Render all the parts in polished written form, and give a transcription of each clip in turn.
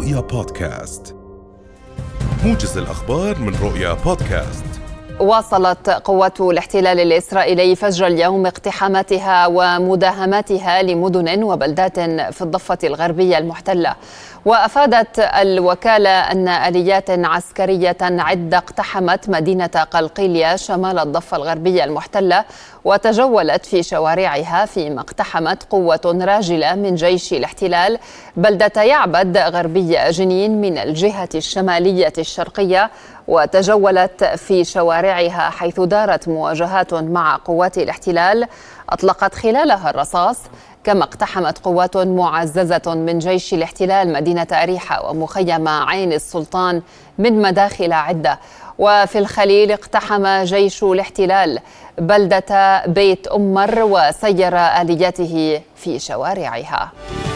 رؤيا بودكاست، موجز الأخبار من رؤيا بودكاست. واصلت قوات الاحتلال الإسرائيلي فجر اليوم اقتحاماتها ومداهماتها لمدن وبلدات في الضفة الغربية المحتلة. وأفادت الوكالة أن آليات عسكرية عدة اقتحمت مدينة قلقيلية شمال الضفة الغربية المحتلة وتجولت في شوارعها، فيما اقتحمت قوة راجلة من جيش الاحتلال بلدة يعبد غربي جنين من الجهة الشمالية الشرقية، وتجولت في شوارعها حيث دارت مواجهات مع قوات الاحتلال أطلقت خلالها الرصاص. كما اقتحمت قوات معززة من جيش الاحتلال مدينة أريحة ومخيم عين السلطان من مداخل عدة. وفي الخليل اقتحم جيش الاحتلال بلدة بيت أمر وسير آلياته في شوارعها.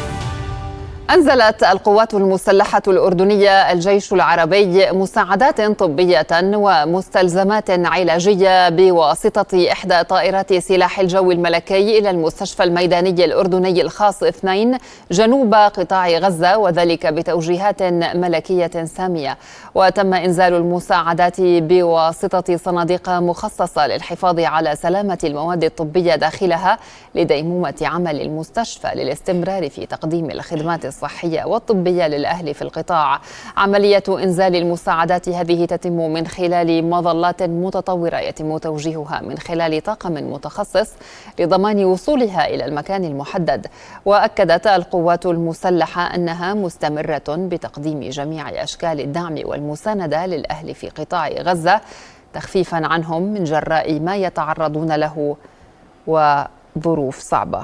أنزلت القوات المسلحة الأردنية الجيش العربي مساعدات طبية ومستلزمات علاجية بواسطة إحدى طائرات سلاح الجو الملكي إلى المستشفى الميداني الأردني الخاص 2 جنوب قطاع غزة، وذلك بتوجيهات ملكية سامية. وتم إنزال المساعدات بواسطة صناديق مخصصة للحفاظ على سلامة المواد الطبية داخلها لديمومة عمل المستشفى للاستمرار في تقديم الخدمات الصحية والطبية للأهل في القطاع. عملية إنزال المساعدات هذه تتم من خلال مظلات متطورة يتم توجيهها من خلال طاقم متخصص لضمان وصولها إلى المكان المحدد. وأكدت القوات المسلحة أنها مستمرة بتقديم جميع أشكال الدعم والمساندة للأهل في قطاع غزة تخفيفا عنهم من جراء ما يتعرضون له وظروف صعبة.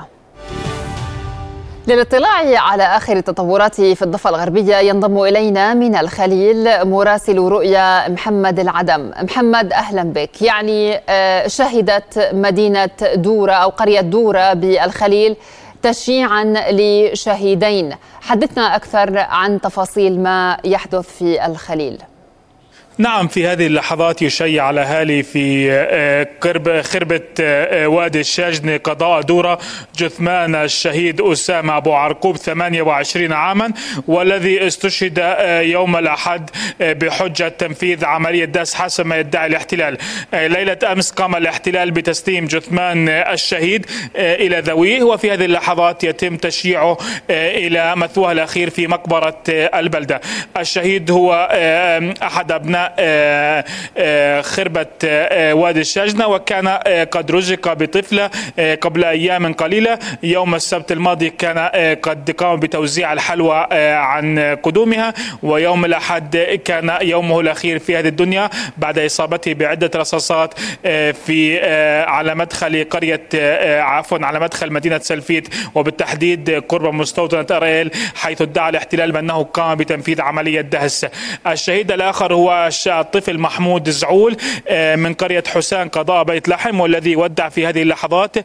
للاطلاع على آخر التطورات في الضفة الغربية ينضم إلينا من الخليل مراسل رؤيا محمد العدم. محمد، أهلا بك. يعني شهدت مدينة دورة أو قرية دورة بالخليل تشييعا لشهيدين، حدثنا أكثر عن تفاصيل ما يحدث في الخليل. نعم، في هذه اللحظات يشيع الأهالي في خربة وادي الشاجن قضاء دورة جثمان الشهيد أسامة أبو عرقوب 28 عاما، والذي استشهد يوم الأحد بحجة تنفيذ عملية داس حسب ما يدعي الاحتلال. ليلة أمس قام الاحتلال بتسليم جثمان الشهيد إلى ذويه، وفي هذه اللحظات يتم تشييعه إلى مثواه الأخير في مقبرة البلدة. الشهيد هو أحد أبناء خربة وادي الشاجنة، وكان قد رزق بطفلة قبل أيام قليلة. يوم السبت الماضي كان قد قام بتوزيع الحلوى عن قدومها، ويوم الأحد كان يومه الأخير في هذه الدنيا بعد إصابته بعدة رصاصات على مدخل على مدخل مدينة سلفيت، وبالتحديد قرب مستوطنة أرائيل، حيث ادعى الاحتلال بأنه قام بتنفيذ عملية دهس. الشهيد الآخر هو الطفل محمود زعول من قرية حسان قضاء بيت لحم، والذي ودع في هذه اللحظات.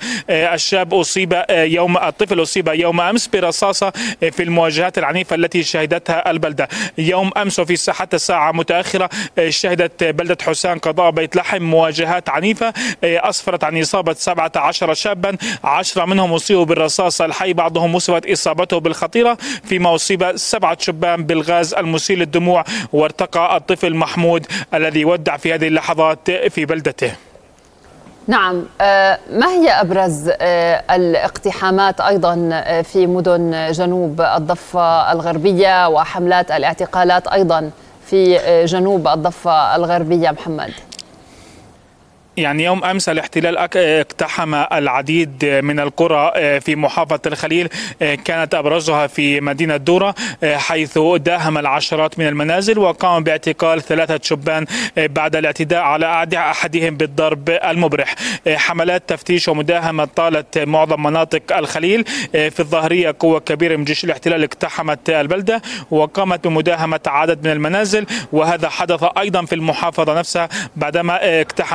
الطفل أصيب يوم أمس برصاصة في المواجهات العنيفة التي شهدتها البلدة. يوم أمس وفي حتى ساعة متأخرة شهدت بلدة حسان قضاء بيت لحم مواجهات عنيفة أسفرت عن إصابة 17 شابا، 10 منهم أصيبوا بالرصاص الحي، بعضهم وصفت إصابته بالخطيرة، فيما أصيب 7 شبان بالغاز المسيل للدموع، وارتقى الطفل محمود الذي ودع في هذه اللحظات في بلدته. نعم، ما هي أبرز الاقتحامات أيضا في مدن جنوب الضفة الغربية وحملات الاعتقالات أيضا في جنوب الضفة الغربية محمد؟ يعني يوم أمس الاحتلال اقتحم العديد من القرى في محافظة الخليل، كانت أبرزها في مدينة دورة، حيث داهم العشرات من المنازل وقام باعتقال 3 شبان بعد الاعتداء على أحدهم بالضرب المبرح. حملات تفتيش ومداهمة طالت معظم مناطق الخليل. في الظاهرية قوة كبيرة من جيش الاحتلال اقتحمت البلدة وقامت بمداهمة عدد من المنازل، وهذا حدث أيضا في المحافظة نفسها بعدما اقتحم الاحتلال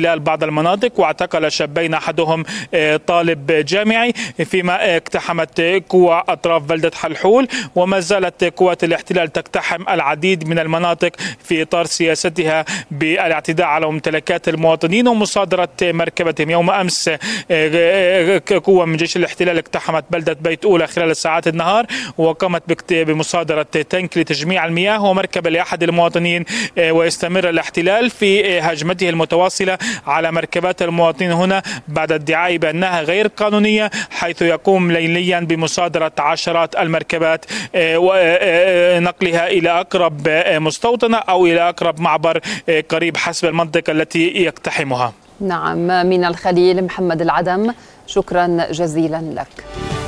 احتلال بعض المناطق، واعتقل شابين أحدهم طالب جامعي، فيما اقتحمت قوى أطراف بلدة حلحول. وما زالت قوات الاحتلال تقتحم العديد من المناطق في إطار سياستها بالاعتداء على ممتلكات المواطنين ومصادرة مركبتهم. يوم أمس قوة من جيش الاحتلال اقتحمت بلدة بيت أولى خلال ساعات النهار، وقامت بمصادرة تنك لتجميع المياه ومركبة لأحد المواطنين. ويستمر الاحتلال في هجمته المتواصلة على مركبات المواطنين هنا بعد ادعاء بأنها غير قانونية، حيث يقوم ليليا بمصادرة عشرات المركبات ونقلها إلى أقرب مستوطنة أو إلى أقرب معبر قريب حسب المنطقة التي يقتحمها. نعم، من الخليل محمد العدم، شكرا جزيلا لك.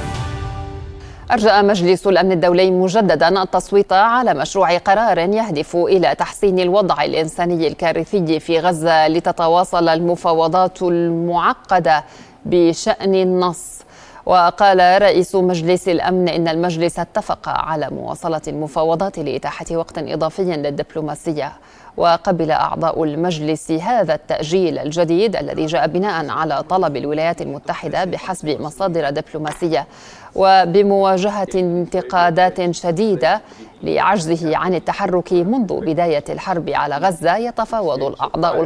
أرجأ مجلس الأمن الدولي مجددا التصويت على مشروع قرار يهدف إلى تحسين الوضع الإنساني الكارثي في غزة لتتواصل المفاوضات المعقدة بشأن النص. وقال رئيس مجلس الأمن إن المجلس اتفق على مواصلة المفاوضات لإتاحة وقت إضافي للدبلوماسية. وقبل أعضاء المجلس هذا التأجيل الجديد الذي جاء بناء على طلب الولايات المتحدة بحسب مصادر دبلوماسية، وبمواجهة انتقادات شديدة لعجزه عن التحرك منذ بداية الحرب على غزة. يتفاوض الأعضاء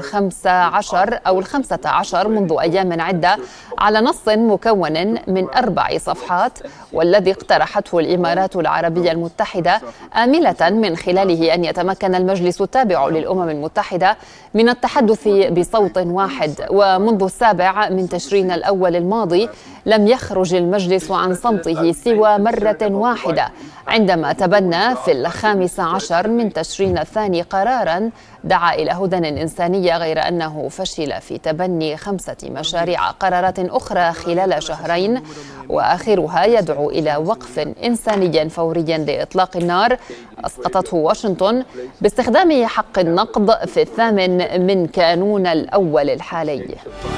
15 منذ أيام عدة على نص مكون من 4 صفحات، والذي اقترحته الإمارات العربية المتحدة، آملة من خلاله أن يتمكن المجلس التابع للأمم المتحدة من التحدث بصوت واحد. ومنذ 7 من تشرين الأول الماضي لم يخرج المجلس عن صمته سوى مرة واحدة، عندما تبنى في 15 من تشرين الثاني قراراً دعا إلى هدنة إنسانية، غير أنه فشل في تبني 5 مشاريع قرارات أخرى خلال شهرين، وآخرها يدعو إلى وقف إنساني فوري لإطلاق النار أسقطته واشنطن باستخدام حق النقض في 8 من كانون الأول الحالي.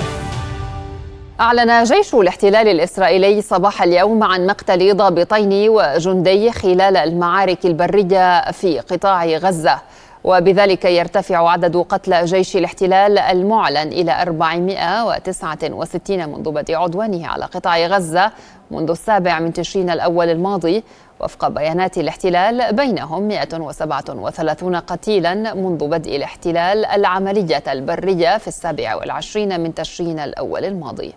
أعلن جيش الاحتلال الإسرائيلي صباح اليوم عن مقتل ضابطين وجندي خلال المعارك البرية في قطاع غزة، وبذلك يرتفع عدد قتلى جيش الاحتلال المعلن إلى 469 منذ بدء عدوانه على قطاع غزة منذ 7 من تشرين الأول الماضي، وفق بيانات الاحتلال بينهم 137 قتيلا منذ بدء الاحتلال العملية البرية في 27 من تشرين الأول الماضي.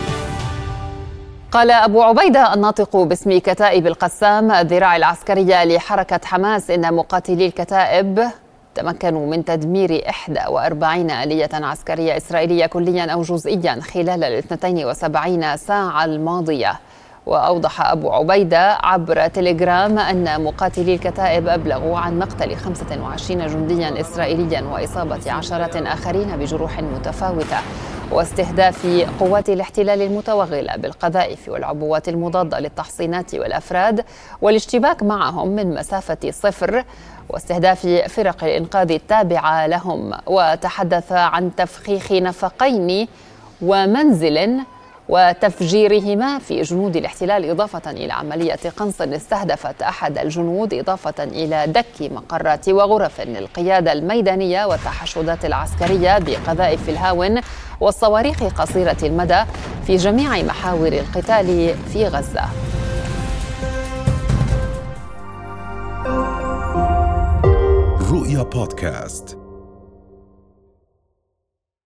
قال أبو عبيدة الناطق باسم كتائب القسام الذراع العسكرية لحركة حماس إن مقاتلي الكتائب تمكنوا من تدمير 41 آلية عسكرية إسرائيلية كليا أو جزئيا خلال 72 ساعة الماضية. وأوضح أبو عبيدة عبر تليجرام أن مقاتلي الكتائب أبلغوا عن مقتل 25 جنديا إسرائيليا وإصابة عشرات آخرين بجروح متفاوتة، واستهداف قوات الاحتلال المتوغلة بالقذائف والعبوات المضادة للتحصينات والأفراد والاشتباك معهم من مسافة 0، واستهداف فرق الإنقاذ التابعة لهم. وتحدث عن تفخيخ نفقين ومنزل وتفجيرهما في جنود الاحتلال، إضافة إلى عملية قنص استهدفت أحد الجنود، إضافة إلى دك مقرات وغرف للقيادة الميدانية والتحشدات العسكرية بقذائف الهاون والصواريخ قصيرة المدى في جميع محاور القتال في غزة. رؤيا بودكاست.